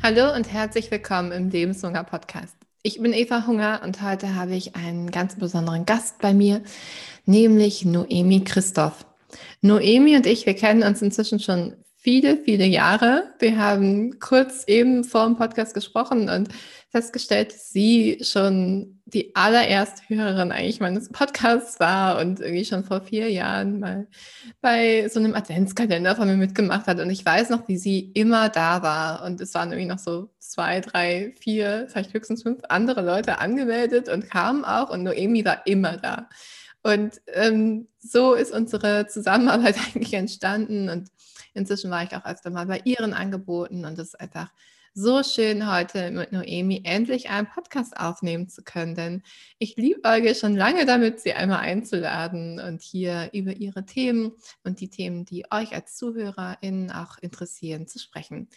Hallo und herzlich willkommen im Lebenshunger Podcast. Ich bin Eva Hunger und heute habe ich einen ganz besonderen Gast bei mir, nämlich Noemi Christoph. Noemi und ich, wir kennen uns inzwischen schon viele, viele Jahre. Wir haben kurz eben vor dem Podcast gesprochen und festgestellt, dass sie schon die allererste Hörerin eigentlich meines Podcasts war und irgendwie schon vor 4 Jahren mal bei so einem Adventskalender von mir mitgemacht hat. Und ich weiß noch, wie sie immer da war. Und es waren irgendwie noch so 2, 3, 4, vielleicht höchstens 5 andere Leute angemeldet und kamen auch. Und Noemi war immer da. Und so ist unsere Zusammenarbeit eigentlich entstanden. Und inzwischen war ich auch öfter mal bei ihren Angeboten. Und es ist einfach so schön, heute mit Noemi endlich einen Podcast aufnehmen zu können. Denn ich liebäugle schon lange damit, sie einmal einzuladen und hier über ihre Themen und die Themen, die euch als ZuhörerInnen auch interessieren, zu sprechen.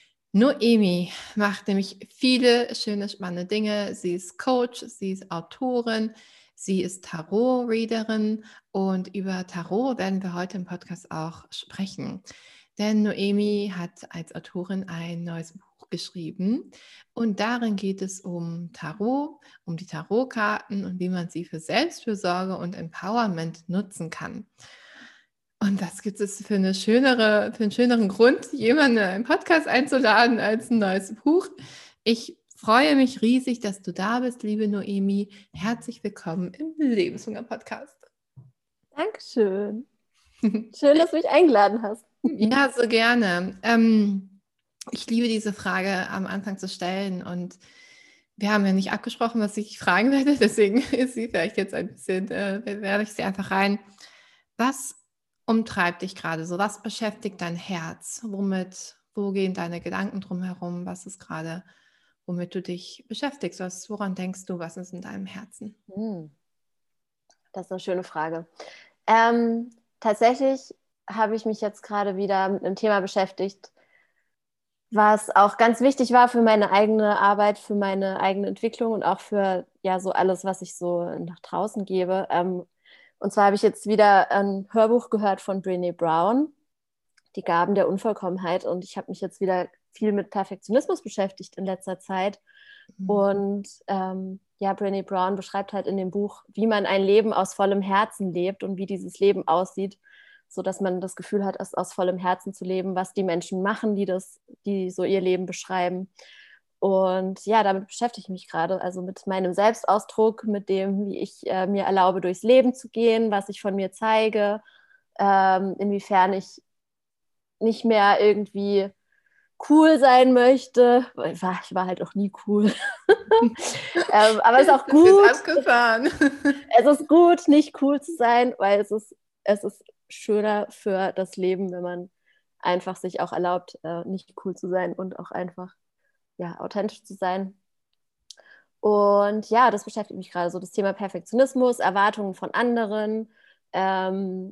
Noemi macht nämlich viele schöne, spannende Dinge. Sie ist Coach, sie ist Autorin, sie ist Tarot-Readerin und über Tarot werden wir heute im Podcast auch sprechen. Denn Noemi hat als Autorin ein neues Buch geschrieben und darin geht es um Tarot, um die Tarotkarten und wie man sie für Selbstfürsorge und Empowerment nutzen kann. Und was gibt es für für einen schöneren Grund, jemanden in einen Podcast einzuladen als ein neues Buch? Ich freue mich riesig, dass du da bist, liebe Noemi. Herzlich willkommen im Lebenshunger Podcast. Dankeschön. Schön, dass du mich eingeladen hast. Ja, so gerne. Ich liebe diese Frage am Anfang zu stellen und wir haben ja nicht abgesprochen, was ich fragen werde, deswegen ist sie vielleicht jetzt ein bisschen, werfe ich sie einfach rein. Was umtreibt dich gerade so? Was beschäftigt dein Herz? Wo gehen deine Gedanken drum herum? Was ist gerade, womit du dich beschäftigst? Woran denkst du? Was ist in deinem Herzen? Hm, Das ist eine schöne Frage. Tatsächlich habe ich mich jetzt gerade wieder mit einem Thema beschäftigt, was auch ganz wichtig war für meine eigene Arbeit, für meine eigene Entwicklung und auch für ja so alles, was ich so nach draußen gebe. Und zwar habe ich jetzt wieder ein Hörbuch gehört von Brené Brown, Die Gaben der Unvollkommenheit. Und ich habe mich jetzt wieder viel mit Perfektionismus beschäftigt in letzter Zeit. Mhm. Und ja, Brené Brown beschreibt halt in dem Buch, wie man ein Leben aus vollem Herzen lebt und wie dieses Leben aussieht, so dass man das Gefühl hat, es aus vollem Herzen zu leben, was die Menschen machen, die so ihr Leben beschreiben. Und ja, damit beschäftige ich mich gerade, also mit meinem Selbstausdruck, mit dem, wie ich mir erlaube, durchs Leben zu gehen, was ich von mir zeige, inwiefern ich nicht mehr irgendwie cool sein möchte. Ich war halt auch nie cool. Aber es ist auch Das ist gut. abgefahren. Es ist gut, nicht cool zu sein, weil es ist schöner für das Leben, wenn man einfach sich auch erlaubt, nicht cool zu sein und auch einfach ja, authentisch zu sein. Und ja, das beschäftigt mich gerade so, das Thema Perfektionismus, Erwartungen von anderen, ähm,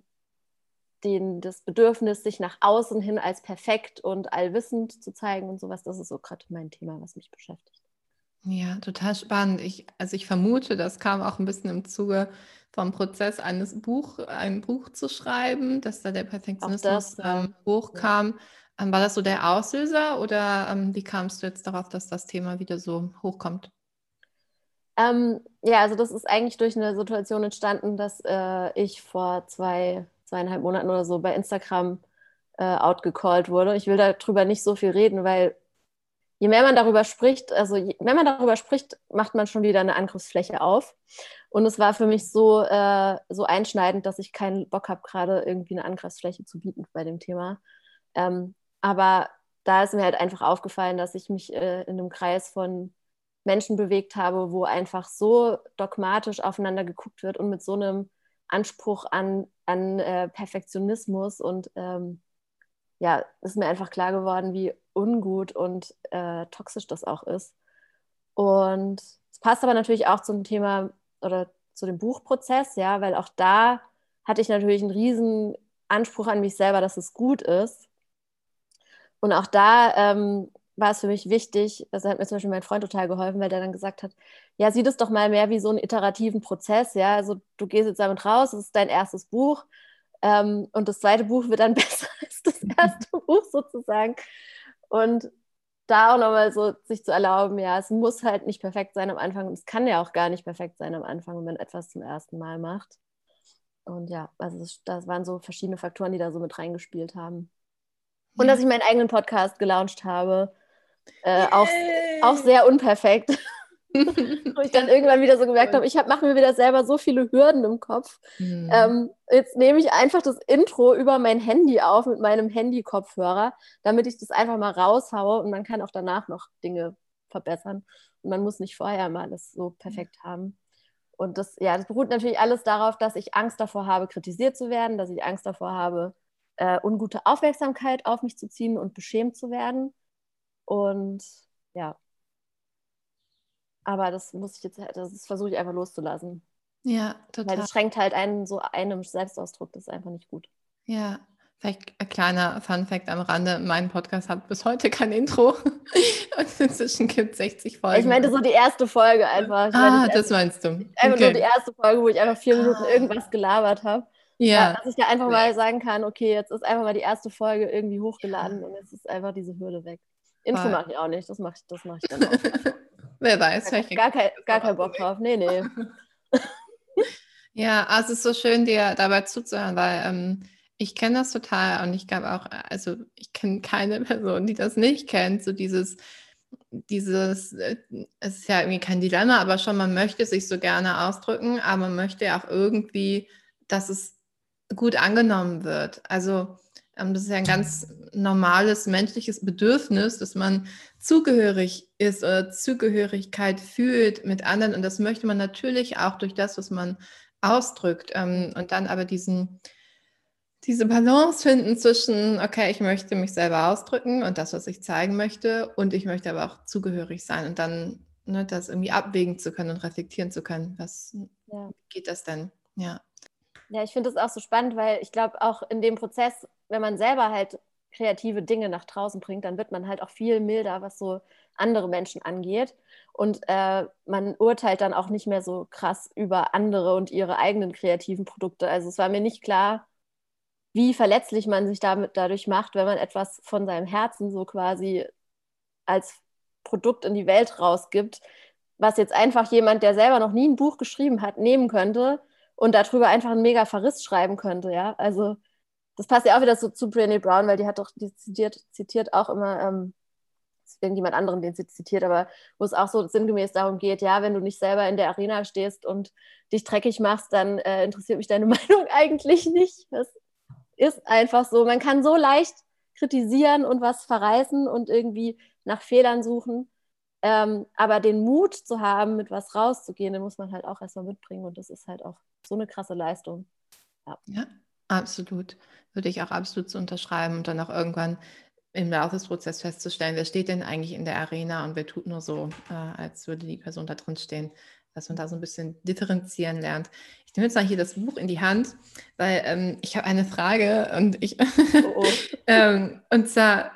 das Bedürfnis, sich nach außen hin als perfekt und allwissend zu zeigen und sowas. Das ist so gerade mein Thema, was mich beschäftigt. Ja, total spannend. Also ich vermute, das kam auch ein bisschen im Zuge vom Prozess ein Buch zu schreiben, dass da der Auch das, Perfektionismus ja. Ja. hochkam. War das so der Auslöser oder wie kamst du jetzt darauf, dass das Thema wieder so hochkommt? Ja, also das ist eigentlich durch eine Situation entstanden, dass ich vor zweieinhalb Monaten oder so bei Instagram outgecallt wurde. Ich will darüber nicht so viel reden, weil je mehr man darüber spricht, wenn man darüber spricht, macht man schon wieder eine Angriffsfläche auf. Und es war für mich so einschneidend, dass ich keinen Bock habe, gerade irgendwie eine Angriffsfläche zu bieten bei dem Thema. Aber da ist mir halt einfach aufgefallen, dass ich mich in einem Kreis von Menschen bewegt habe, wo einfach so dogmatisch aufeinander geguckt wird und mit so einem Anspruch an Perfektionismus und ja, ist mir einfach klar geworden, wie ungut und toxisch das auch ist. Und es passt aber natürlich auch zum Thema oder zu dem Buchprozess, ja, weil auch da hatte ich natürlich einen riesen Anspruch an mich selber, dass es gut ist. Und auch da war es für mich wichtig, also hat mir zum Beispiel mein Freund total geholfen, weil der dann gesagt hat, ja, sieh das doch mal mehr wie so einen iterativen Prozess, ja, also du gehst jetzt damit raus, es ist dein erstes Buch und das zweite Buch wird dann besser als das erste Buch sozusagen. Und da auch nochmal so sich zu erlauben, ja, es muss halt nicht perfekt sein am Anfang und es kann ja auch gar nicht perfekt sein am Anfang, wenn man etwas zum ersten Mal macht. Und ja, also das waren so verschiedene Faktoren, die da so mit reingespielt haben. Und Ja. dass ich meinen eigenen Podcast gelauncht habe, auch Yay! sehr unperfekt. Wo ich dann irgendwann wieder so gemerkt Cool. habe, mache mir wieder selber so viele Hürden im Kopf. Hm. Jetzt nehme ich einfach das Intro über mein Handy auf mit meinem Handy-Kopfhörer, damit ich das einfach mal raushaue und man kann auch danach noch Dinge verbessern. Und man muss nicht vorher mal alles so perfekt haben. Und das, ja, das beruht natürlich alles darauf, dass ich Angst davor habe, kritisiert zu werden, dass ich Angst davor habe, ungute Aufmerksamkeit auf mich zu ziehen und beschämt zu werden. Und ja, aber das muss ich jetzt, das versuche ich einfach loszulassen. Ja, Weil total. das schränkt halt einen so ein im Selbstausdruck, das ist einfach nicht gut. Ja, vielleicht ein kleiner Fun-Fact am Rande. Mein Podcast hat bis heute kein Intro und inzwischen gibt es 60 Ich Folgen. meinte so die erste Folge einfach. Ich meine, Ah, das meinst du. einfach nur die Okay. erste Folge, wo ich einfach 4 Minuten Ah, irgendwas gelabert habe. Ja, ja, dass ich da einfach sehr mal sagen kann, okay, jetzt ist einfach mal die erste Folge irgendwie hochgeladen und jetzt ist einfach diese Hürde weg. Intro voll. mache ich auch nicht, das mache ich dann auch. Wer weiß, vielleicht kriegt das Gar noch keinen auf Bock den Weg. drauf. Nee, nee. Ja, also es ist so schön, dir dabei zuzuhören, weil ich kenne das total und ich glaube auch, also ich kenne keine Person, die das nicht kennt, so es ist ja irgendwie kein Dilemma, aber schon, man möchte sich so gerne ausdrücken, aber man möchte ja auch irgendwie, dass es gut angenommen wird. Also das ist ja ein ganz normales menschliches Bedürfnis, dass man zugehörig ist oder Zugehörigkeit fühlt mit anderen und das möchte man natürlich auch durch das, was man ausdrückt und dann aber diese Balance finden zwischen, okay, ich möchte mich selber ausdrücken und das, was ich zeigen möchte, und ich möchte aber auch zugehörig sein und dann das irgendwie abwägen zu können und reflektieren zu können. Ja. Wie geht das denn? Ja. Ja, ich finde das auch so spannend, weil ich glaube, auch in dem Prozess, wenn man selber halt kreative Dinge nach draußen bringt, dann wird man halt auch viel milder, was so andere Menschen angeht. Und man urteilt dann auch nicht mehr so krass über andere und ihre eigenen kreativen Produkte. Also es war mir nicht klar, wie verletzlich man sich dadurch macht, wenn man etwas von seinem Herzen so quasi als Produkt in die Welt rausgibt, was jetzt einfach jemand, der selber noch nie ein Buch geschrieben hat, nehmen könnte und darüber einfach einen mega Verriss schreiben könnte, ja. Also das passt ja auch wieder so zu Brené Brown, weil die zitiert auch immer irgendjemand anderen, den sie zitiert, aber wo es auch so sinngemäß darum geht, ja, wenn du nicht selber in der Arena stehst und dich dreckig machst, dann interessiert mich deine Meinung eigentlich nicht. Das ist einfach so. Man kann so leicht kritisieren und was verreißen und irgendwie nach Fehlern suchen. Aber den Mut zu haben, mit was rauszugehen, den muss man halt auch erstmal mitbringen. Und das ist halt auch so eine krasse Leistung. Ja, Ja, absolut. Würde ich auch absolut so unterschreiben und dann auch irgendwann im Laufe des Prozesses festzustellen, wer steht denn eigentlich in der Arena und wer tut nur so, als würde die Person da drin stehen, dass man da so ein bisschen differenzieren lernt. Ich nehme jetzt mal hier das Buch in die Hand, weil ich habe eine Frage und oh, oh. und zwar,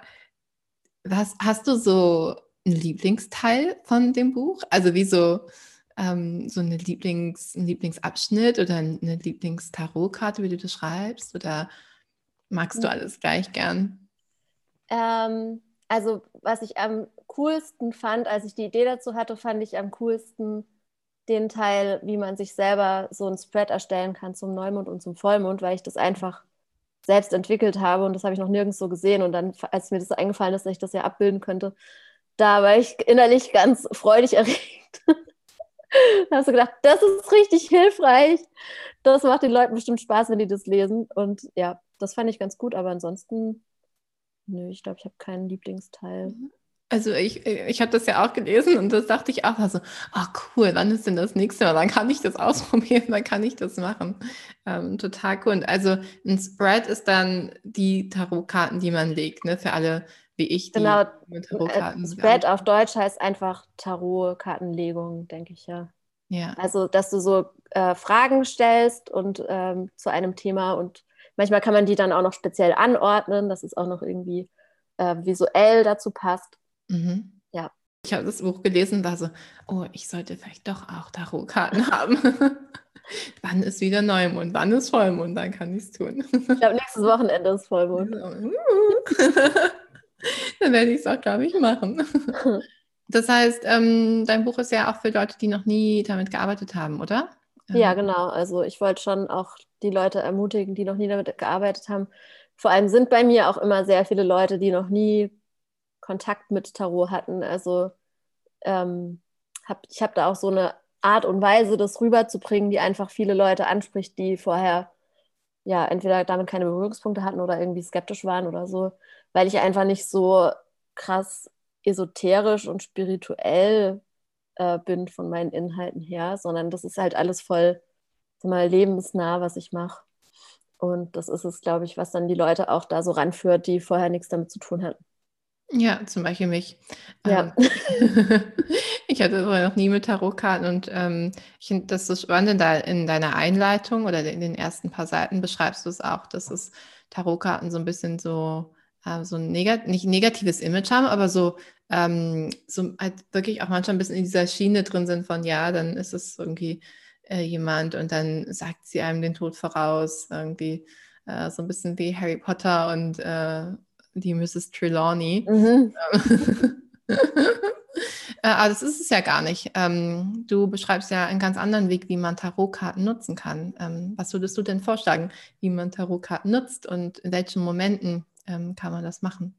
hast du so einen Lieblingsteil von dem Buch? Also wie so ein Lieblingsabschnitt oder eine Lieblingstarotkarte, wie du das schreibst? Oder magst du alles gleich gern? Also, was ich am coolsten fand, als ich die Idee dazu hatte, fand ich am coolsten den Teil, wie man sich selber so ein Spread erstellen kann zum Neumond und zum Vollmond, weil ich das einfach selbst entwickelt habe und das habe ich noch nirgends so gesehen. Und dann, als mir das so eingefallen ist, dass ich das ja abbilden könnte, da war ich innerlich ganz freudig erregt. Da hast du gedacht, das ist richtig hilfreich. Das macht den Leuten bestimmt Spaß, wenn die das lesen. Und ja, das fand ich ganz gut, aber ansonsten, nö, ich glaube, ich habe keinen Lieblingsteil. Also ich habe das ja auch gelesen und das dachte ich auch, also, oh cool, wann ist denn das nächste Mal? Dann kann ich das ausprobieren, dann kann ich das machen. Total cool. Und also ein Spread ist dann die Tarotkarten, die man legt, ne? Für alle wie ich, die Genau, mit Tarotkarten gar Spread nicht. auf Deutsch heißt einfach Tarot-Kartenlegung, denke ich ja. Ja. Also, dass du so Fragen stellst und zu einem Thema und manchmal kann man die dann auch noch speziell anordnen, dass es auch noch irgendwie visuell dazu passt. Mhm. Ja, Ich habe das Buch gelesen und war so, oh, ich sollte vielleicht doch auch Tarotkarten haben. Wann ist wieder Neumond? Wann ist Vollmond? Dann kann ich es tun. ich glaube, nächstes Wochenende ist Vollmond. Dann werde ich es auch, glaube ich, machen. Das heißt, dein Buch ist ja auch für Leute, die noch nie damit gearbeitet haben, oder? Ja, genau. Also ich wollte schon auch die Leute ermutigen, die noch nie damit gearbeitet haben. Vor allem sind bei mir auch immer sehr viele Leute, die noch nie Kontakt mit Tarot hatten. Also ich habe da auch so eine Art und Weise, das rüberzubringen, die einfach viele Leute anspricht, die vorher ja entweder damit keine Berührungspunkte hatten oder irgendwie skeptisch waren oder so, weil ich einfach nicht so krass esoterisch und spirituell bin von meinen Inhalten her, sondern das ist halt alles voll, sag mal, lebensnah, was ich mache. Und das ist es, glaube ich, was dann die Leute auch da so ranführt, die vorher nichts damit zu tun hatten. Ja, zum Beispiel mich. Ja. Ich hatte vorher noch nie mit Tarotkarten und ich finde das so spannend, da in deiner Einleitung oder in den ersten paar Seiten beschreibst du es auch, dass es Tarotkarten so ein bisschen so ein nicht negatives Image haben, aber so halt wirklich auch manchmal ein bisschen in dieser Schiene drin sind von, ja, dann ist es irgendwie jemand und dann sagt sie einem den Tod voraus, irgendwie so ein bisschen wie Harry Potter und die Mrs. Trelawney. Mhm. Aber das ist es ja gar nicht. Du beschreibst ja einen ganz anderen Weg, wie man Tarotkarten nutzen kann. Was würdest du denn vorschlagen, wie man Tarotkarten nutzt und in welchen Momenten kann man das machen?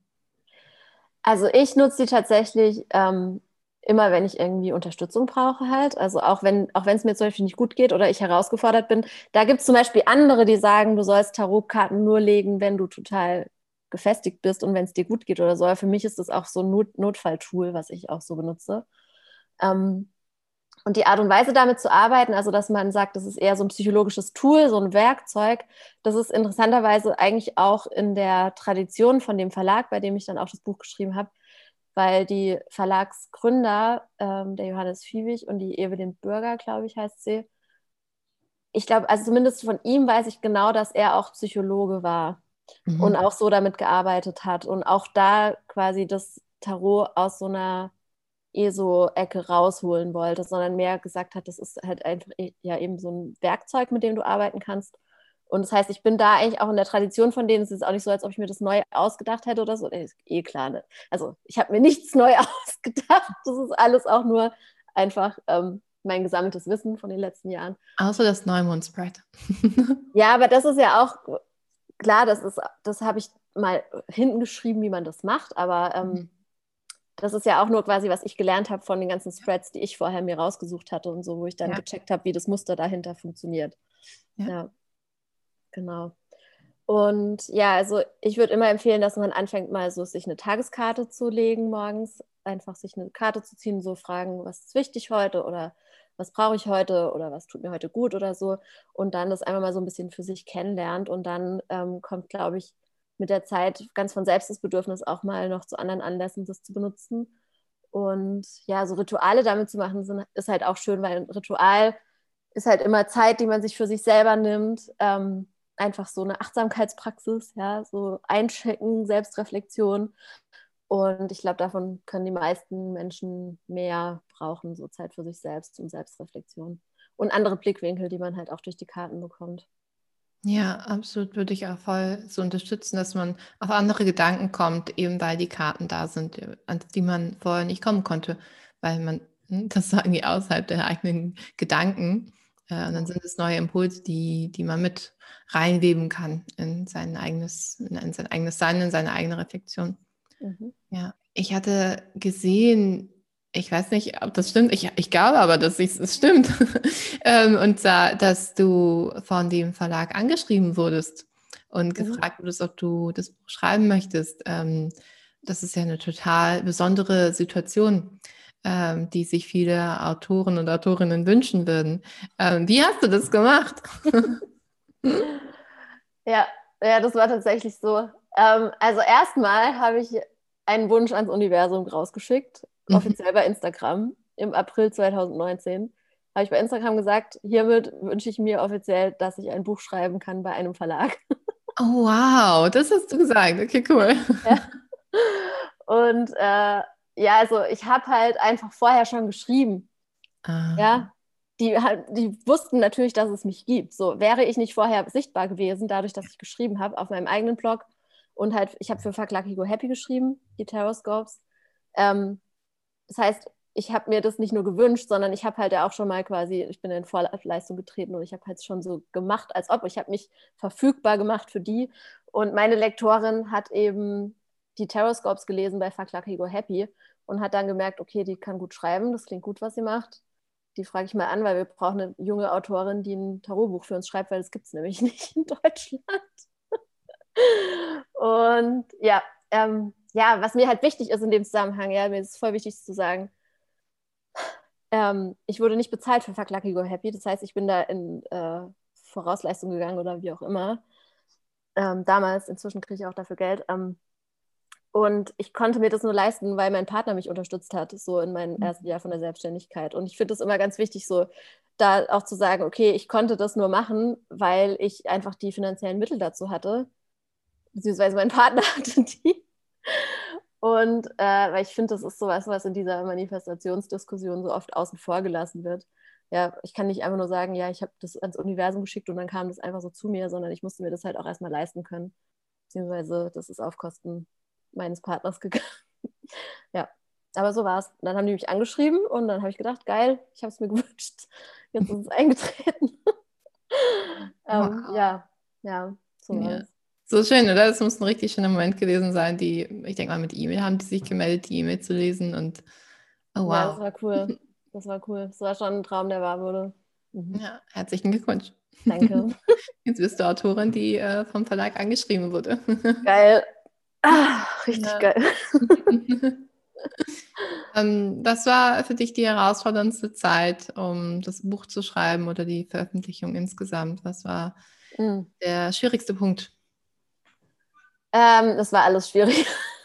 Also ich nutze die tatsächlich immer, wenn ich irgendwie Unterstützung brauche halt. Also auch wenn es mir zum Beispiel nicht gut geht oder ich herausgefordert bin. Da gibt es zum Beispiel andere, die sagen, du sollst Tarotkarten nur legen, wenn du total gefestigt bist und wenn es dir gut geht oder so. Aber für mich ist das auch so ein Notfalltool, was ich auch so benutze. Ähm, und die Art und Weise, damit zu arbeiten, also dass man sagt, das ist eher so ein psychologisches Tool, so ein Werkzeug, das ist interessanterweise eigentlich auch in der Tradition von dem Verlag, bei dem ich dann auch das Buch geschrieben habe, weil die Verlagsgründer, der Johannes Fiebig und die Evelyn Bürger, glaube ich, heißt sie, ich glaube, also zumindest von ihm weiß ich genau, dass er auch Psychologe war und Mhm. auch so damit gearbeitet hat und auch da quasi das Tarot aus so einer ESO-Ecke rausholen wollte, sondern mehr gesagt hat, das ist halt einfach ja eben so ein Werkzeug, mit dem du arbeiten kannst. Und das heißt, ich bin da eigentlich auch in der Tradition von denen. Es ist auch nicht so, als ob ich mir das neu ausgedacht hätte oder so. Ist eh klar, ne? Also ich habe mir nichts neu ausgedacht. Das ist alles auch nur einfach mein gesammeltes Wissen von den letzten Jahren. Außer das Neumond-Spread. Ja, aber das ist ja auch klar, das habe ich mal hinten geschrieben, wie man das macht, aber das ist ja auch nur quasi, was ich gelernt habe von den ganzen Spreads, die ich vorher mir rausgesucht hatte und so, wo ich dann Ja, gecheckt habe, wie das Muster dahinter funktioniert. ja. Ja, genau. Und ja, also ich würde immer empfehlen, dass man anfängt, mal so sich eine Tageskarte zu legen morgens, einfach sich eine Karte zu ziehen, so fragen, was ist wichtig heute oder was brauche ich heute oder was tut mir heute gut oder so. Und dann das einfach mal so ein bisschen für sich kennenlernt. Und dann kommt, glaube ich, mit der Zeit ganz von selbst das Bedürfnis, auch mal noch zu anderen Anlässen das zu benutzen. Und ja, so Rituale damit zu machen, ist halt auch schön, weil ein Ritual ist halt immer Zeit, die man sich für sich selber nimmt. Einfach so eine Achtsamkeitspraxis, ja, so Einchecken, Selbstreflexion. Und ich glaube, davon können die meisten Menschen mehr brauchen, so Zeit für sich selbst und Selbstreflexion. Und andere Blickwinkel, die man halt auch durch die Karten bekommt. Ja, absolut würde ich auch voll so unterstützen, dass man auf andere Gedanken kommt, eben weil die Karten da sind, an die man vorher nicht kommen konnte, weil man, das war irgendwie außerhalb der eigenen Gedanken. Und dann sind es neue Impulse, die man mit reinweben kann in sein eigenes Sein, in seine eigene Reflexion. Mhm. Ja, ich hatte gesehen, ich weiß nicht, ob das stimmt, ich glaube aber, dass es stimmt, und zwar, dass du von dem Verlag angeschrieben wurdest und Mhm. gefragt wurdest, ob du das Buch schreiben möchtest. Das ist ja eine total besondere Situation, die sich viele Autoren und Autorinnen wünschen würden. Wie hast du das gemacht? Ja, ja, das war tatsächlich so. Also erstmal habe ich einen Wunsch ans Universum rausgeschickt, Mhm. offiziell bei Instagram im April 2019. Habe ich bei Instagram gesagt, hiermit wünsche ich mir offiziell, dass ich ein Buch schreiben kann bei einem Verlag. Oh, wow, das hast du gesagt. Okay, cool. Ja. Und ja, also ich habe halt einfach vorher schon geschrieben. Ah, Ja, die wussten natürlich, dass es mich gibt. So wäre ich nicht vorher sichtbar gewesen, dadurch, dass ich geschrieben habe auf meinem eigenen Blog, Und halt, ich habe für Fuck Lucky Go Happy geschrieben, die Terroscopes. Das heißt, ich habe mir das nicht nur gewünscht, sondern ich habe halt ja auch schon mal quasi, ich bin in Vorleistung getreten und ich habe halt schon so gemacht, als ob. Ich habe mich verfügbar gemacht für die. Und meine Lektorin hat eben die Terroscopes gelesen bei Fuck Lucky Go Happy und hat dann gemerkt, okay, die kann gut schreiben, das klingt gut, was sie macht. Die frage ich mal an, weil wir brauchen eine junge Autorin, die ein Tarotbuch für uns schreibt, weil das gibt es nämlich nicht in Deutschland. Und ja, was mir halt wichtig ist in dem Zusammenhang, ja, mir ist es voll wichtig zu sagen, ich wurde nicht bezahlt für Fuck Lucky Go Happy, das heißt, ich bin da in Vorausleistung gegangen oder wie auch immer. Damals, inzwischen kriege ich auch dafür Geld. Und ich konnte mir das nur leisten, weil mein Partner mich unterstützt hat, so in meinem ersten Jahr von der Selbstständigkeit. Und ich finde es immer ganz wichtig, so da auch zu sagen, okay, ich konnte das nur machen, weil ich einfach die finanziellen Mittel dazu hatte, beziehungsweise mein Partner hatte die. Und weil ich finde, das ist sowas, was in dieser Manifestationsdiskussion so oft außen vor gelassen wird. Ja, ich kann nicht einfach nur sagen, ja, ich habe das ans Universum geschickt und dann kam das einfach so zu mir, sondern ich musste mir das halt auch erstmal leisten können. Beziehungsweise das ist auf Kosten meines Partners gegangen. Ja, aber so war es. Dann haben die mich angeschrieben und dann habe ich gedacht, geil, ich habe es mir gewünscht. Jetzt ist es eingetreten. Wow. Ja, so war es. So schön, oder? Das muss ein richtig schöner Moment gewesen sein. Ich denke mal, mit E-Mail haben die sich gemeldet, die E-Mail zu lesen und oh Ja, das wow. war cool. Das war cool. Das war schon ein Traum, der wahr wurde. Mhm. Ja, herzlichen Glückwunsch. Danke. Jetzt bist du Autorin, die vom Verlag angeschrieben wurde. Geil. Richtig Ja. geil. Was war für dich die herausforderndste Zeit, um das Buch zu schreiben oder die Veröffentlichung insgesamt? Was war der schwierigste Punkt? Das war alles schwierig.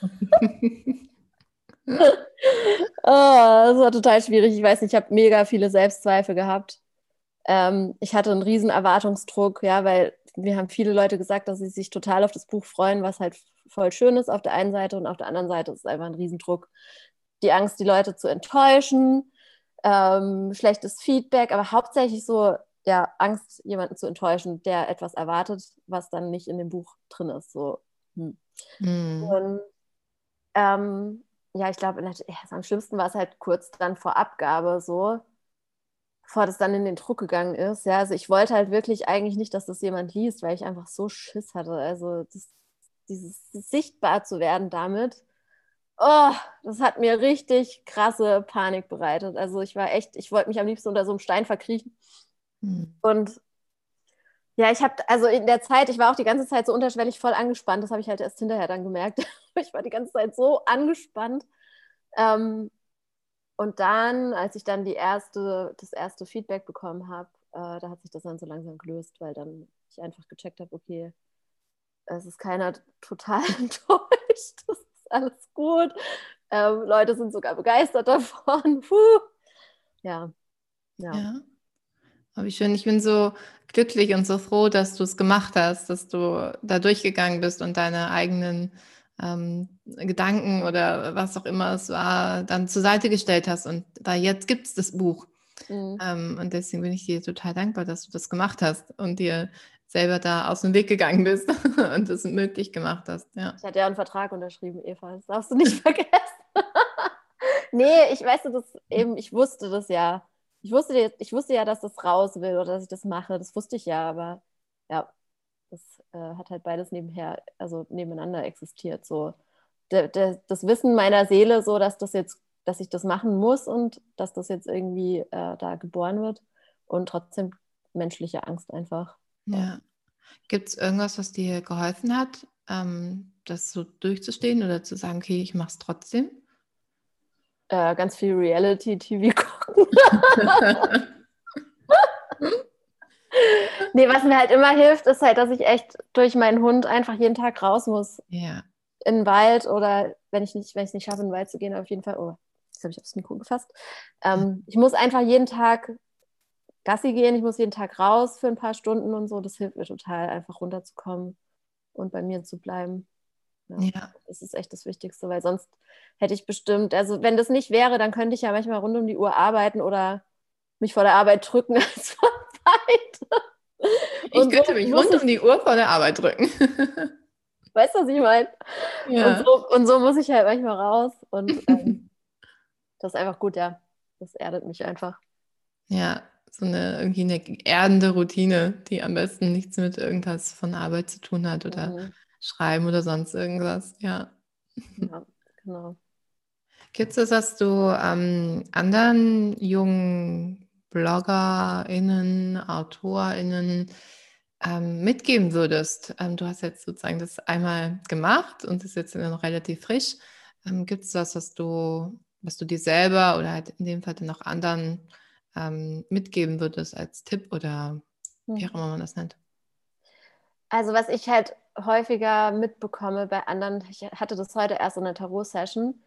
Das war total schwierig. Ich weiß nicht, ich habe mega viele Selbstzweifel gehabt. Ich hatte einen riesen Erwartungsdruck, ja, weil mir haben viele Leute gesagt, dass sie sich total auf das Buch freuen, was halt voll schön ist auf der einen Seite und auf der anderen Seite ist es einfach ein Riesendruck. Die Angst, die Leute zu enttäuschen, schlechtes Feedback, aber hauptsächlich so, ja, Angst, jemanden zu enttäuschen, der etwas erwartet, was dann nicht in dem Buch drin ist. So. Und ja, ich glaube, am schlimmsten war es halt kurz dann vor Abgabe, so, bevor das dann in den Druck gegangen ist. Ja, also ich wollte halt wirklich eigentlich nicht, dass das jemand liest, weil ich einfach so Schiss hatte. Also dieses sichtbar zu werden damit, oh, das hat mir richtig krasse Panik bereitet. Also ich wollte mich am liebsten unter so einem Stein verkriechen. Und ja, also in der Zeit, ich war auch die ganze Zeit so unterschwellig voll angespannt. Das habe ich halt erst hinterher dann gemerkt. Ich war die ganze Zeit so angespannt. Und dann, als ich dann das erste Feedback bekommen habe, da hat sich das dann so langsam gelöst, weil dann ich einfach gecheckt habe, okay, es ist keiner total enttäuscht, das ist alles gut. Leute sind sogar begeistert davon. Puh. Ja. Aber wie schön, ich bin so glücklich und so froh, dass du es gemacht hast, dass du da durchgegangen bist und deine eigenen Gedanken oder was auch immer es war, dann zur Seite gestellt hast. Und da jetzt gibt es das Buch. Und deswegen bin ich dir total dankbar, dass du das gemacht hast und dir selber da aus dem Weg gegangen bist und das möglich gemacht hast. Ja. Ich hatte ja einen Vertrag unterschrieben, Eva, das darfst du nicht vergessen. Nee, ich wusste das ja. Ich wusste ja, dass das raus will oder dass ich das mache. Das wusste ich ja, aber ja, das hat halt beides nebeneinander existiert. So. Das Wissen meiner Seele, so dass ich das machen muss und dass das jetzt irgendwie da geboren wird und trotzdem menschliche Angst einfach. Ja. Gibt es irgendwas, was dir geholfen hat, das so durchzustehen oder zu sagen, okay, ich mache es trotzdem? Ganz viel Reality-TV gucken. Nee, was mir halt immer hilft, ist halt, dass ich echt durch meinen Hund einfach jeden Tag raus muss. Ja. In den Wald oder wenn ich nicht schaffe, in den Wald zu gehen, auf jeden Fall. Oh, jetzt habe ich aufs Mikro gefasst. Ich muss einfach jeden Tag Gassi gehen, ich muss jeden Tag raus für ein paar Stunden und so. Das hilft mir total, einfach runterzukommen und bei mir zu bleiben. Ja. Das ist echt das Wichtigste, weil sonst hätte ich bestimmt, also wenn das nicht wäre, dann könnte ich ja manchmal rund um die Uhr arbeiten oder mich vor der Arbeit drücken als vor Zeit. Ich könnte mich rund um die Uhr vor der Arbeit drücken. Weißt du, was ich meine? Ja, Und so muss ich halt manchmal raus. Und das ist einfach gut, ja. Das erdet mich einfach. ja, so irgendwie eine erdende Routine, die am besten nichts mit irgendwas von Arbeit zu tun hat oder Mhm. Schreiben oder sonst irgendwas. Ja. Ja, genau. Gibt es das, was du anderen jungen BloggerInnen, AutorInnen mitgeben würdest? Du hast jetzt sozusagen das einmal gemacht und ist jetzt noch relativ frisch. Gibt es das, was du dir selber oder halt in dem Fall dann auch anderen mitgeben würdest als Tipp oder wie auch Mhm. immer man das nennt? Also was ich halt häufiger mitbekomme bei anderen, ich hatte das heute erst in der Tarot-Session,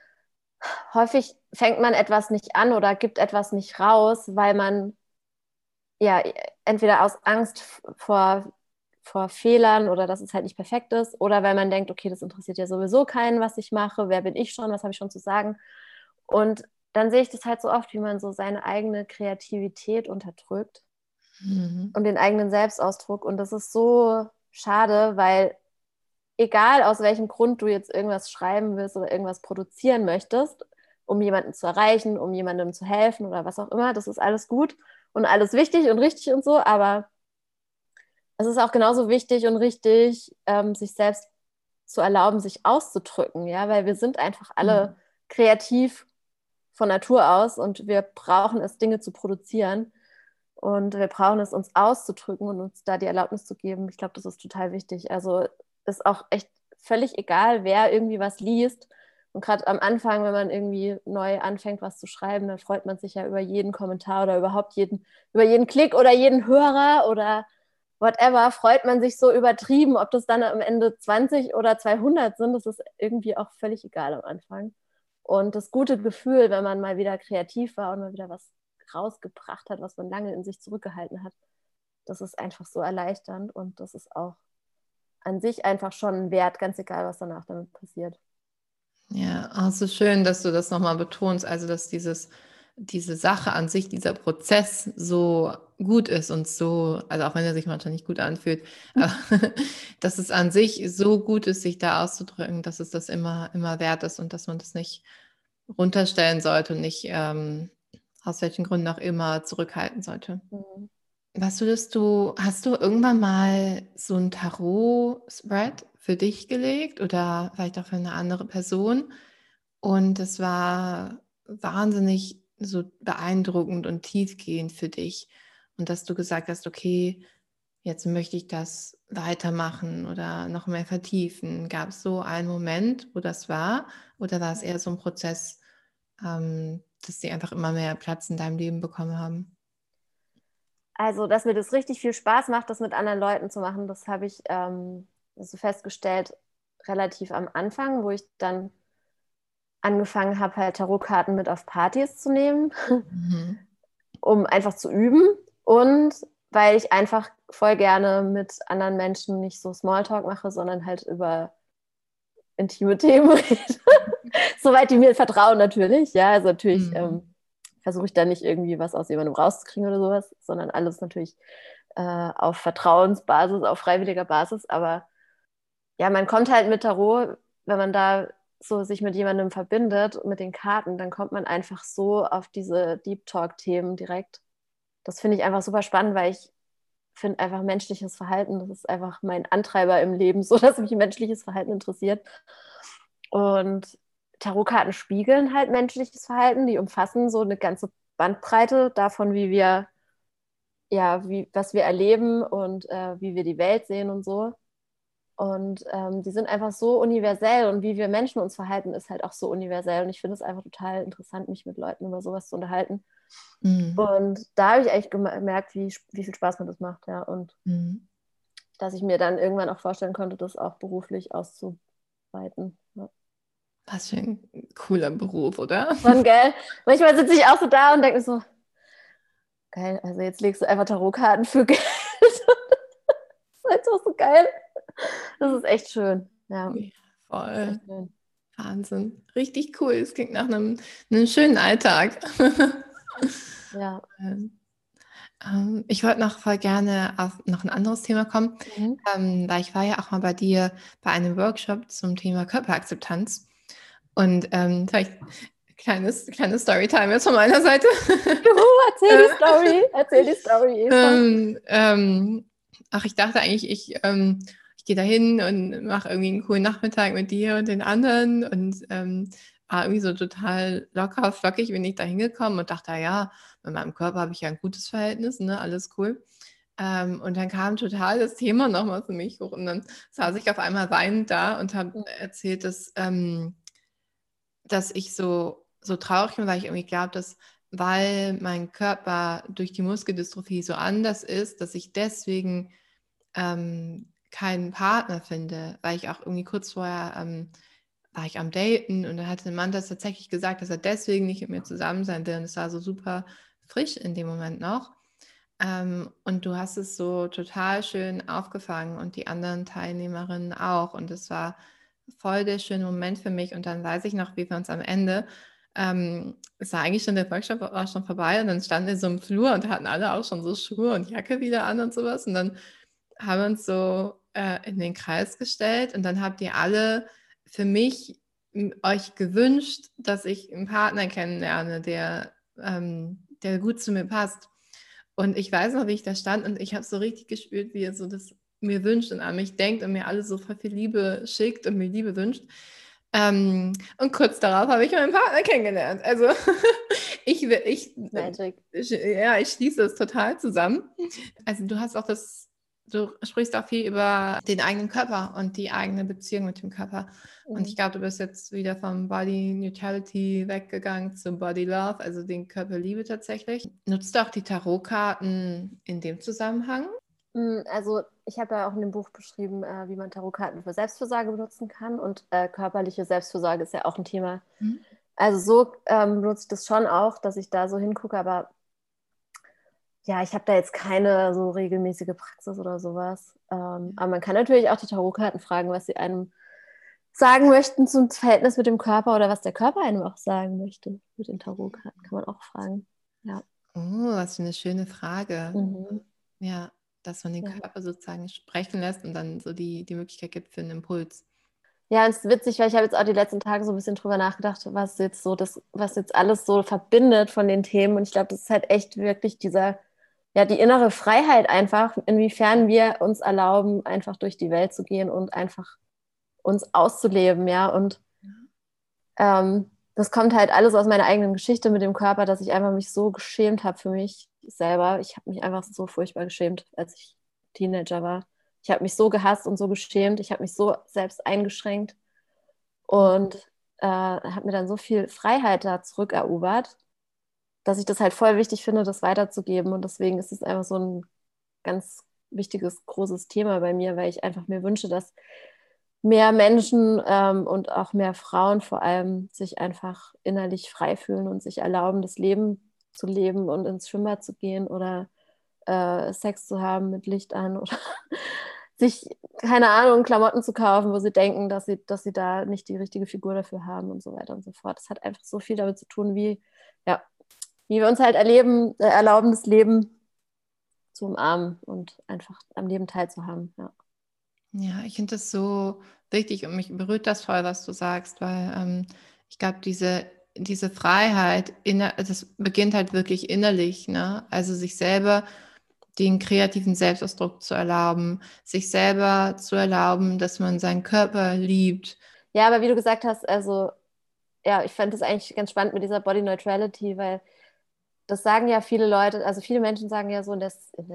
häufig fängt man etwas nicht an oder gibt etwas nicht raus, weil man ja entweder aus Angst vor Fehlern oder dass es halt nicht perfekt ist oder weil man denkt, okay, das interessiert ja sowieso keinen, was ich mache, wer bin ich schon, was habe ich schon zu sagen. Und dann sehe ich das halt so oft, wie man so seine eigene Kreativität unterdrückt Mhm. und den eigenen Selbstausdruck. Und das ist so schade, weil egal aus welchem Grund du jetzt irgendwas schreiben willst oder irgendwas produzieren möchtest, um jemanden zu erreichen, um jemandem zu helfen oder was auch immer, das ist alles gut und alles wichtig und richtig und so, aber es ist auch genauso wichtig und richtig, sich selbst zu erlauben, sich auszudrücken, ja, weil wir sind einfach alle Mhm. kreativ von Natur aus und wir brauchen es, Dinge zu produzieren und wir brauchen es, uns auszudrücken und uns da die Erlaubnis zu geben. Ich glaube, das ist total wichtig. Also ist auch echt völlig egal, wer irgendwie was liest. Und gerade am Anfang, wenn man irgendwie neu anfängt, was zu schreiben, dann freut man sich ja über jeden Kommentar oder überhaupt über jeden Klick oder jeden Hörer oder whatever, freut man sich so übertrieben. Ob das dann am Ende 20 oder 200 sind, das ist irgendwie auch völlig egal am Anfang. Und das gute Gefühl, wenn man mal wieder kreativ war und mal wieder was rausgebracht hat, was man lange in sich zurückgehalten hat, das ist einfach so erleichternd und das ist auch an sich einfach schon ein Wert, ganz egal, was danach damit passiert. Ja, auch so schön, dass du das nochmal betonst, also dass diese Sache an sich, dieser Prozess so gut ist und so, also auch wenn er sich manchmal nicht gut anfühlt, aber dass es an sich so gut ist, sich da auszudrücken, dass es das immer wert ist und dass man das nicht runterstellen sollte und nicht aus welchen Gründen auch immer zurückhalten sollte. Mhm. Hast du irgendwann mal so ein Tarot-Spread für dich gelegt oder vielleicht auch für eine andere Person? Und es war wahnsinnig so beeindruckend und tiefgehend für dich. Und dass du gesagt hast, okay, jetzt möchte ich das weitermachen oder noch mehr vertiefen. Gab es so einen Moment, wo das war? Oder war es eher so ein Prozess, dass die einfach immer mehr Platz in deinem Leben bekommen haben? Also, dass mir das richtig viel Spaß macht, das mit anderen Leuten zu machen, das habe ich so festgestellt relativ am Anfang, wo ich dann angefangen habe, halt Tarotkarten mit auf Partys zu nehmen, Mhm. um einfach zu üben und weil ich einfach voll gerne mit anderen Menschen nicht so Smalltalk mache, sondern halt über intime Themen rede. Soweit die mir vertrauen natürlich. Ja, also natürlich Mhm. versuche ich da nicht irgendwie was aus jemandem rauszukriegen oder sowas, sondern alles natürlich auf Vertrauensbasis, auf freiwilliger Basis. Aber ja, man kommt halt mit Tarot, wenn man da so sich mit jemandem verbindet, mit den Karten, dann kommt man einfach so auf diese Deep Talk-Themen direkt. Das finde ich einfach super spannend, weil ich finde einfach menschliches Verhalten, das ist einfach mein Antreiber im Leben, so dass mich menschliches Verhalten interessiert. Und Tarotkarten spiegeln halt menschliches Verhalten, die umfassen so eine ganze Bandbreite davon, wie wir, ja, was wir erleben und wie wir die Welt sehen und so. Und die sind einfach so universell und wie wir Menschen uns verhalten, ist halt auch so universell. Und ich finde es einfach total interessant, mich mit Leuten über sowas zu unterhalten. Mhm. Und da habe ich echt gemerkt, wie viel Spaß mir das macht, ja. Und Mhm. dass ich mir dann irgendwann auch vorstellen konnte, das auch beruflich auszuweiten. Ja. Was für ein cooler Beruf, oder? Schon geil. Manchmal sitze ich auch so da und denke mir so, geil, also jetzt legst du einfach Tarotkarten für Geld. Das ist einfach so geil. Das ist echt schön. Ja, Ja, das ist voll. echt schön. Wahnsinn. Richtig cool. Es klingt nach einem schönen Alltag. Ja. Ich wollte noch voll gerne auf noch ein anderes Thema kommen, Mhm. weil ich war ja auch mal bei dir bei einem Workshop zum Thema Körperakzeptanz und, vielleicht kleine Storytime jetzt von meiner Seite. Juhu, erzähl Äh, die Story, erzähl die Story, Eva. ach, ich dachte eigentlich, ich gehe da hin und mache irgendwie einen coolen Nachmittag mit dir und den anderen und, war irgendwie so total locker, flockig bin ich da hingekommen und dachte: „Ja, mit meinem Körper habe ich ja ein gutes Verhältnis, ne, alles cool.“ Und dann kam total das Thema noch mal für mich hoch und dann saß ich auf einmal weinend da und habe Mhm. erzählt, dass ich so traurig bin, weil ich irgendwie glaube, dass weil mein Körper durch die Muskeldystrophie so anders ist, dass ich deswegen, keinen Partner finde, weil ich auch irgendwie kurz vorher, war ich am Daten und da hatte 'n Mann das tatsächlich gesagt, dass er deswegen nicht mit mir zusammen sein will und es war so super frisch in dem Moment noch. Und du hast es so total schön aufgefangen und die anderen Teilnehmerinnen auch. Und es war voll der schöne Moment für mich. Und dann weiß ich noch, wie wir uns am Ende, es war eigentlich schon der Workshop war schon vorbei und dann standen wir so im Flur und hatten alle auch schon so Schuhe und Jacke wieder an und sowas. Und dann haben wir uns so in den Kreis gestellt und dann habt ihr alle für mich euch gewünscht, dass ich einen Partner kennenlerne, der gut zu mir passt. Und ich weiß noch, wie ich da stand und ich habe so richtig gespürt, wie er so das mir wünscht und an mich denkt und mir alles so voll viel Liebe schickt und mir Liebe wünscht. Und kurz darauf habe ich meinen Partner kennengelernt. Also Magic. ja, ich schließe es total zusammen. Also du sprichst auch viel über den eigenen Körper und die eigene Beziehung mit dem Körper. Und ich Mhm. glaube, du bist jetzt wieder vom Body Neutrality weggegangen zum Body Love, also den Körperliebe tatsächlich. Nutzt du auch die Tarotkarten in dem Zusammenhang? Also ich habe ja auch in dem Buch beschrieben, wie man Tarotkarten für Selbstfürsorge benutzen kann und körperliche Selbstfürsorge ist ja auch ein Thema. Mhm. Also so benutze ich das schon auch, dass ich da so hingucke, aber ja, ich habe da jetzt keine so regelmäßige Praxis oder sowas. Aber man kann natürlich auch die Tarotkarten fragen, was sie einem sagen möchten zum Verhältnis mit dem Körper oder was der Körper einem auch sagen möchte mit den Tarotkarten, kann man auch fragen. Ja. Oh, was für eine schöne Frage. Mhm. Ja, dass man den Ja. Körper sozusagen sprechen lässt und dann so die Möglichkeit gibt für einen Impuls. Ja, und es ist witzig, weil ich habe jetzt auch die letzten Tage so ein bisschen drüber nachgedacht, was jetzt so das, was jetzt alles so verbindet von den Themen. Und ich glaube, das ist halt echt wirklich dieser, ja, die innere Freiheit einfach, inwiefern wir uns erlauben, einfach durch die Welt zu gehen und einfach uns auszuleben, ja. Und das kommt halt alles aus meiner eigenen Geschichte mit dem Körper, dass ich einfach mich so geschämt habe für mich selber. Ich habe mich einfach so furchtbar geschämt, als ich Teenager war. Ich habe mich so gehasst und so geschämt. Ich habe mich so selbst eingeschränkt und habe mir dann so viel Freiheit da zurückerobert, dass ich das halt voll wichtig finde, das weiterzugeben. Und deswegen ist es einfach so ein ganz wichtiges, großes Thema bei mir, weil ich einfach mir wünsche, dass mehr Menschen und auch mehr Frauen vor allem sich einfach innerlich frei fühlen und sich erlauben, das Leben zu leben und ins Schwimmbad zu gehen oder Sex zu haben mit Licht an oder sich, keine Ahnung, Klamotten zu kaufen, wo sie denken, dass sie da nicht die richtige Figur dafür haben und so weiter und so fort. Das hat einfach so viel damit zu tun, ja, wie wir uns halt erlauben, das Leben zu umarmen und einfach am Leben teilzuhaben. Ja. Ja, ich finde das so wichtig und mich berührt das voll, was du sagst, weil ich glaube, diese Freiheit, das beginnt halt wirklich innerlich, ne? Also sich selber den kreativen Selbstausdruck zu erlauben, sich selber zu erlauben, dass man seinen Körper liebt. Ja, aber wie du gesagt hast, also ja, ich fand das eigentlich ganz spannend mit dieser Body Neutrality, weil das sagen ja viele Leute, also viele Menschen sagen ja so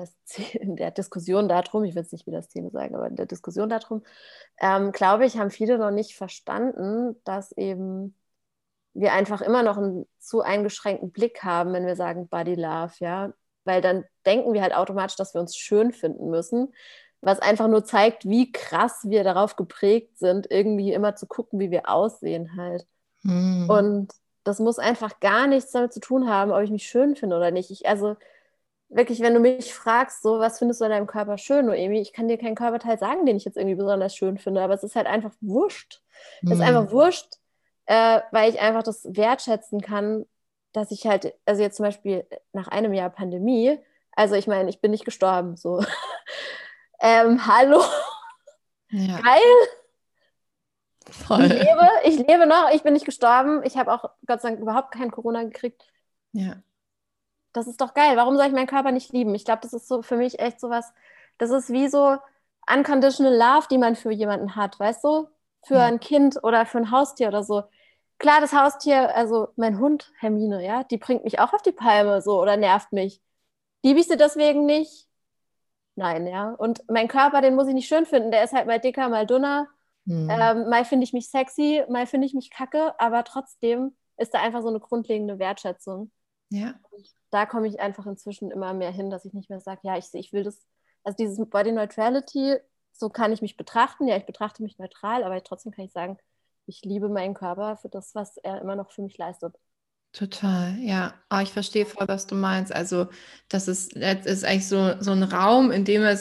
in der Diskussion darum, ich will es nicht wie das Thema sagen, aber in der Diskussion darum, glaube ich, haben viele noch nicht verstanden, dass eben wir einfach immer noch einen zu eingeschränkten Blick haben, wenn wir sagen Body Love, ja, weil dann denken wir halt automatisch, dass wir uns schön finden müssen, was einfach nur zeigt, wie krass wir darauf geprägt sind, irgendwie immer zu gucken, wie wir aussehen halt. Hm. Und das muss einfach gar nichts damit zu tun haben, ob ich mich schön finde oder nicht. Also wirklich, wenn du mich fragst, so, was findest du an deinem Körper schön, Noemi, ich kann dir keinen Körperteil sagen, den ich jetzt irgendwie besonders schön finde, aber es ist halt einfach wurscht. Es ist Hm. einfach wurscht, weil ich einfach das wertschätzen kann, dass ich halt, also jetzt zum Beispiel nach einem Jahr Pandemie, Also ich meine, ich bin nicht gestorben, so. Hallo, Ja, geil, voll. ich lebe noch, ich bin nicht gestorben. Ich habe auch Gott sei Dank überhaupt kein Corona gekriegt. Ja. Das ist doch geil. Warum soll ich meinen Körper nicht lieben? Ich glaube, das ist so für mich echt sowas, das ist wie so unconditional love, die man für jemanden hat, weißt du? Für Ja. ein Kind oder für ein Haustier oder so. Klar, das Haustier, also mein Hund, Hermine, ja, die bringt mich auch auf die Palme so oder nervt mich. Liebe ich sie deswegen nicht? Nein, ja. Und mein Körper, den muss ich nicht schön finden. Der ist halt mal dicker, mal dünner. Hm. Mal finde ich mich sexy, mal finde ich mich kacke, aber trotzdem ist da einfach so eine grundlegende Wertschätzung. Ja. Da komme ich einfach inzwischen immer mehr hin, dass ich nicht mehr sage, ja, ich will das, also dieses Body Neutrality, so kann ich mich betrachten. Ja, ich betrachte mich neutral, aber trotzdem kann ich sagen, ich liebe meinen Körper für das, was er immer noch für mich leistet. Total, ja. Aber ich verstehe voll, was du meinst. Also, das ist eigentlich so ein Raum,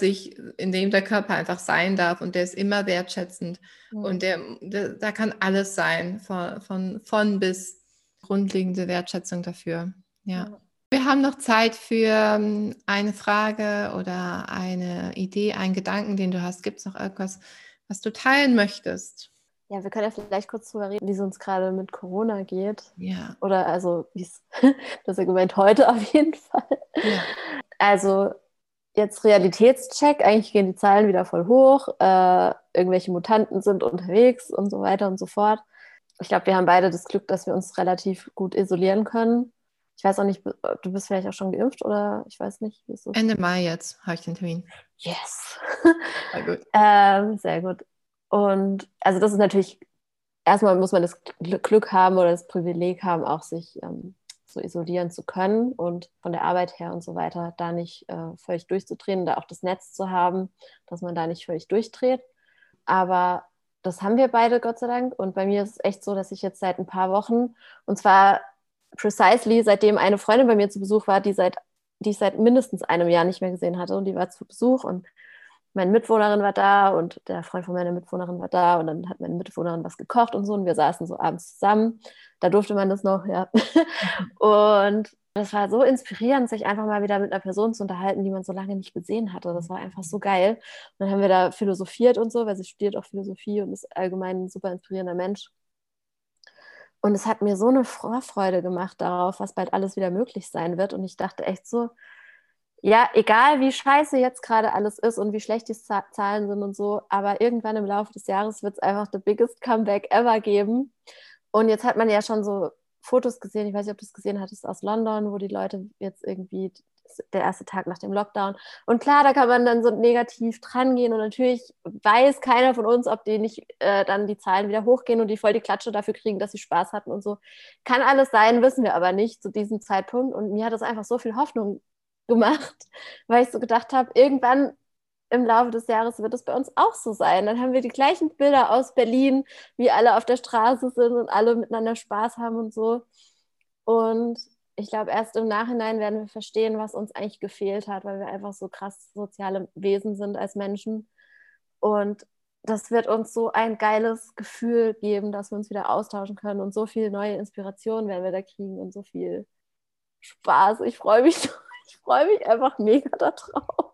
in dem der Körper einfach sein darf und der ist immer wertschätzend. Und Mhm. da kann alles sein, von bis grundlegende Wertschätzung dafür. Ja. Ja. Wir haben noch Zeit für eine Frage oder eine Idee, einen Gedanken, den du hast. Gibt es noch irgendwas, was du teilen möchtest? Ja, wir können ja vielleicht kurz drüber reden, wie es uns gerade mit Corona geht. Ja, Oder also, wie es, das ist ja gemeint heute auf jeden Fall. ja. Also, jetzt Realitätscheck, eigentlich gehen die Zahlen wieder voll hoch, irgendwelche Mutanten sind unterwegs und so weiter und so fort. Ich glaube, wir haben beide das Glück, dass wir uns relativ gut isolieren können. Ich weiß auch nicht, du bist vielleicht auch schon geimpft oder ich weiß nicht, wie ist das? Ende Mai jetzt habe ich den Termin. Yes. War gut. Sehr gut. Und also das ist natürlich, erstmal muss man das Glück haben oder das Privileg haben, auch sich so isolieren zu können und von der Arbeit her und so weiter da nicht völlig durchzudrehen, da auch das Netz zu haben, dass man da nicht völlig durchdreht. Aber das haben wir beide, Gott sei Dank. Und bei mir ist es echt so, dass ich jetzt seit ein paar Wochen, und zwar precisely seitdem eine Freundin bei mir zu Besuch war, die ich seit mindestens einem Jahr nicht mehr gesehen hatte. Und die war zu Besuch und meine Mitbewohnerin war da und der Freund von meiner Mitbewohnerin war da und dann hat meine Mitbewohnerin was gekocht und so und wir saßen so abends zusammen. Da durfte man das noch, ja. Und das war so inspirierend, sich einfach mal wieder mit einer Person zu unterhalten, die man so lange nicht gesehen hatte. Das war einfach so geil. Und dann haben wir da philosophiert und so, weil sie studiert auch Philosophie und ist allgemein ein super inspirierender Mensch. Und es hat mir so eine Vorfreude gemacht darauf, was bald alles wieder möglich sein wird. Und ich dachte echt so, ja, egal wie scheiße jetzt gerade alles ist und wie schlecht die Zahlen sind und so, aber irgendwann im Laufe des Jahres wird es einfach the biggest comeback ever geben. Und jetzt hat man ja schon so Fotos gesehen, ich weiß nicht, ob du es gesehen hattest, aus London, wo die Leute jetzt irgendwie der erste Tag nach dem Lockdown. Und klar, da kann man dann so negativ dran gehen und natürlich weiß keiner von uns, ob die nicht dann die Zahlen wieder hochgehen und die voll die Klatsche dafür kriegen, dass sie Spaß hatten und so. Kann alles sein, wissen wir aber nicht zu diesem Zeitpunkt. Und mir hat das einfach so viel Hoffnung gemacht, weil ich so gedacht habe, irgendwann im Laufe des Jahres wird es bei uns auch so sein. Dann haben wir die gleichen Bilder aus Berlin, wie alle auf der Straße sind und alle miteinander Spaß haben und so. Und ich glaube, erst im Nachhinein werden wir verstehen, was uns eigentlich gefehlt hat, weil wir einfach so krass soziale Wesen sind als Menschen. Und das wird uns so ein geiles Gefühl geben, dass wir uns wieder austauschen können und so viel neue Inspiration werden wir da kriegen und so viel Spaß. Ich freue mich einfach mega darauf.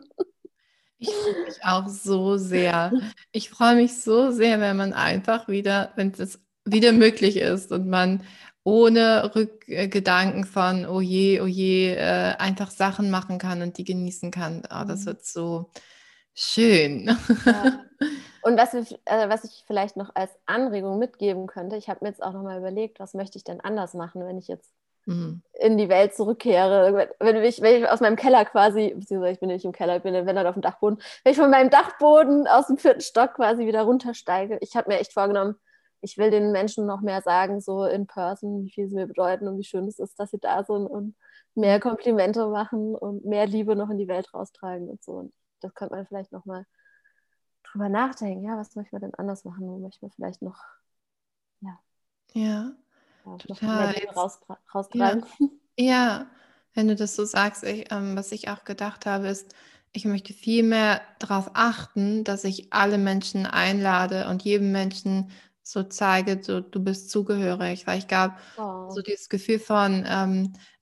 Ich freue mich auch so sehr. Ich freue mich so sehr, wenn man einfach wieder, wenn es wieder möglich ist und man ohne Rückgedanken von oh je, einfach Sachen machen kann und die genießen kann. Oh, das Mhm. wird so schön. Ja. Und was ich vielleicht noch als Anregung mitgeben könnte, ich habe mir jetzt auch nochmal überlegt, was möchte ich denn anders machen, wenn ich jetzt Mhm. in die Welt zurückkehre, wenn ich aus meinem Keller quasi, beziehungsweise ich bin nicht im Keller, ich bin wenn dann auf dem Dachboden, wenn ich von meinem Dachboden aus dem 4. Stock quasi wieder runtersteige. Ich habe mir echt vorgenommen, ich will den Menschen noch mehr sagen, so in person, wie viel sie mir bedeuten und wie schön es ist, dass sie da sind und mehr Ja. Komplimente machen und mehr Liebe noch in die Welt raustragen und so. Und das könnte man vielleicht nochmal drüber nachdenken. Ja, was möchte man denn anders machen? Wo möchte man vielleicht noch, ja, Ja, noch mehr total. Liebe Ja, raustragen? ja, wenn du das so sagst, was ich auch gedacht habe, ist, ich möchte viel mehr darauf achten, dass ich alle Menschen einlade und jedem Menschen so zeige, so, du bist zugehörig, weil ich glaube, so Oh. dieses Gefühl von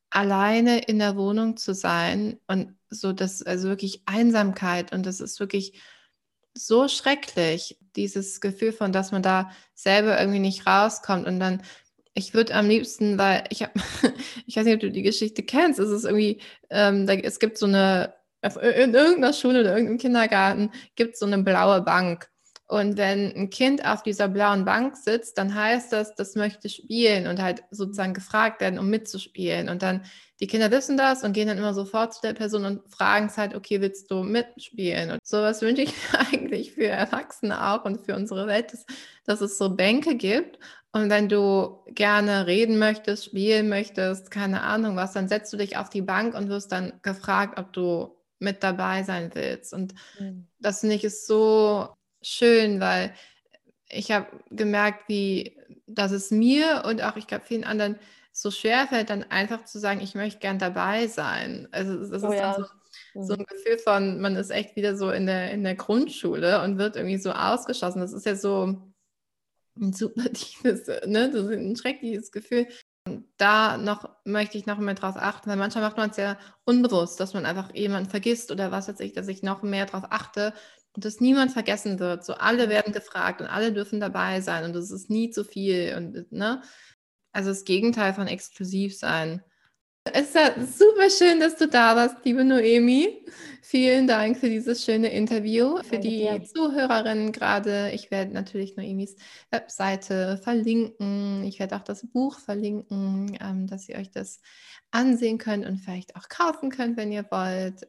alleine in der Wohnung zu sein und so das, also wirklich Einsamkeit, und das ist wirklich so schrecklich, dieses Gefühl von, dass man da selber irgendwie nicht rauskommt. Und dann, ich würde am liebsten, weil ich habe, ich weiß nicht, ob du die Geschichte kennst, es ist irgendwie, es gibt so eine, in irgendeiner Schule oder irgendeinem Kindergarten gibt es so eine blaue Bank. Und wenn ein Kind auf dieser blauen Bank sitzt, dann heißt das, das möchte spielen und halt sozusagen gefragt werden, um mitzuspielen. Und dann, die Kinder wissen das und gehen dann immer sofort zu der Person und fragen es halt, okay, willst du mitspielen? Und sowas wünsche ich mir eigentlich für Erwachsene auch und für unsere Welt, dass es so Bänke gibt. Und wenn du gerne reden möchtest, spielen möchtest, keine Ahnung was, dann setzt du dich auf die Bank und wirst dann gefragt, ob du mit dabei sein willst. Und das finde ich ist so schön, weil ich habe gemerkt, dass es mir und auch, ich glaube, vielen anderen so schwer fällt, dann einfach zu sagen, ich möchte gern dabei sein. Also es Oh ist dann ja. so ein Gefühl von, man ist echt wieder so in der Grundschule und wird irgendwie so ausgeschlossen. Das ist ja so ein super tiefes, ne, das ist ein schreckliches Gefühl. Da möchte ich noch mehr drauf achten, weil manchmal macht man es ja unbewusst, dass man einfach jemanden vergisst oder was weiß ich, dass ich noch mehr drauf achte und dass niemand vergessen wird. So alle werden gefragt und alle dürfen dabei sein und es ist nie zu viel und, ne? Also das Gegenteil von exklusiv sein. Es war super schön, dass du da warst, liebe Noemi. Vielen Dank für dieses schöne Interview. Für Danke die dir. Zuhörerinnen gerade, ich werde natürlich Noemis Webseite verlinken. Ich werde auch das Buch verlinken, dass ihr euch das ansehen könnt und vielleicht auch kaufen könnt, wenn ihr wollt.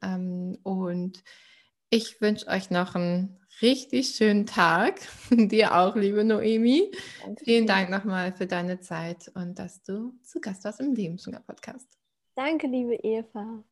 Und ich wünsche euch noch einen richtig schönen Tag. Dir auch, liebe Noemi. Vielen Dankeschön. Dank nochmal für deine Zeit und dass du zu Gast warst im Lebenshunger Podcast. Danke, liebe Eva.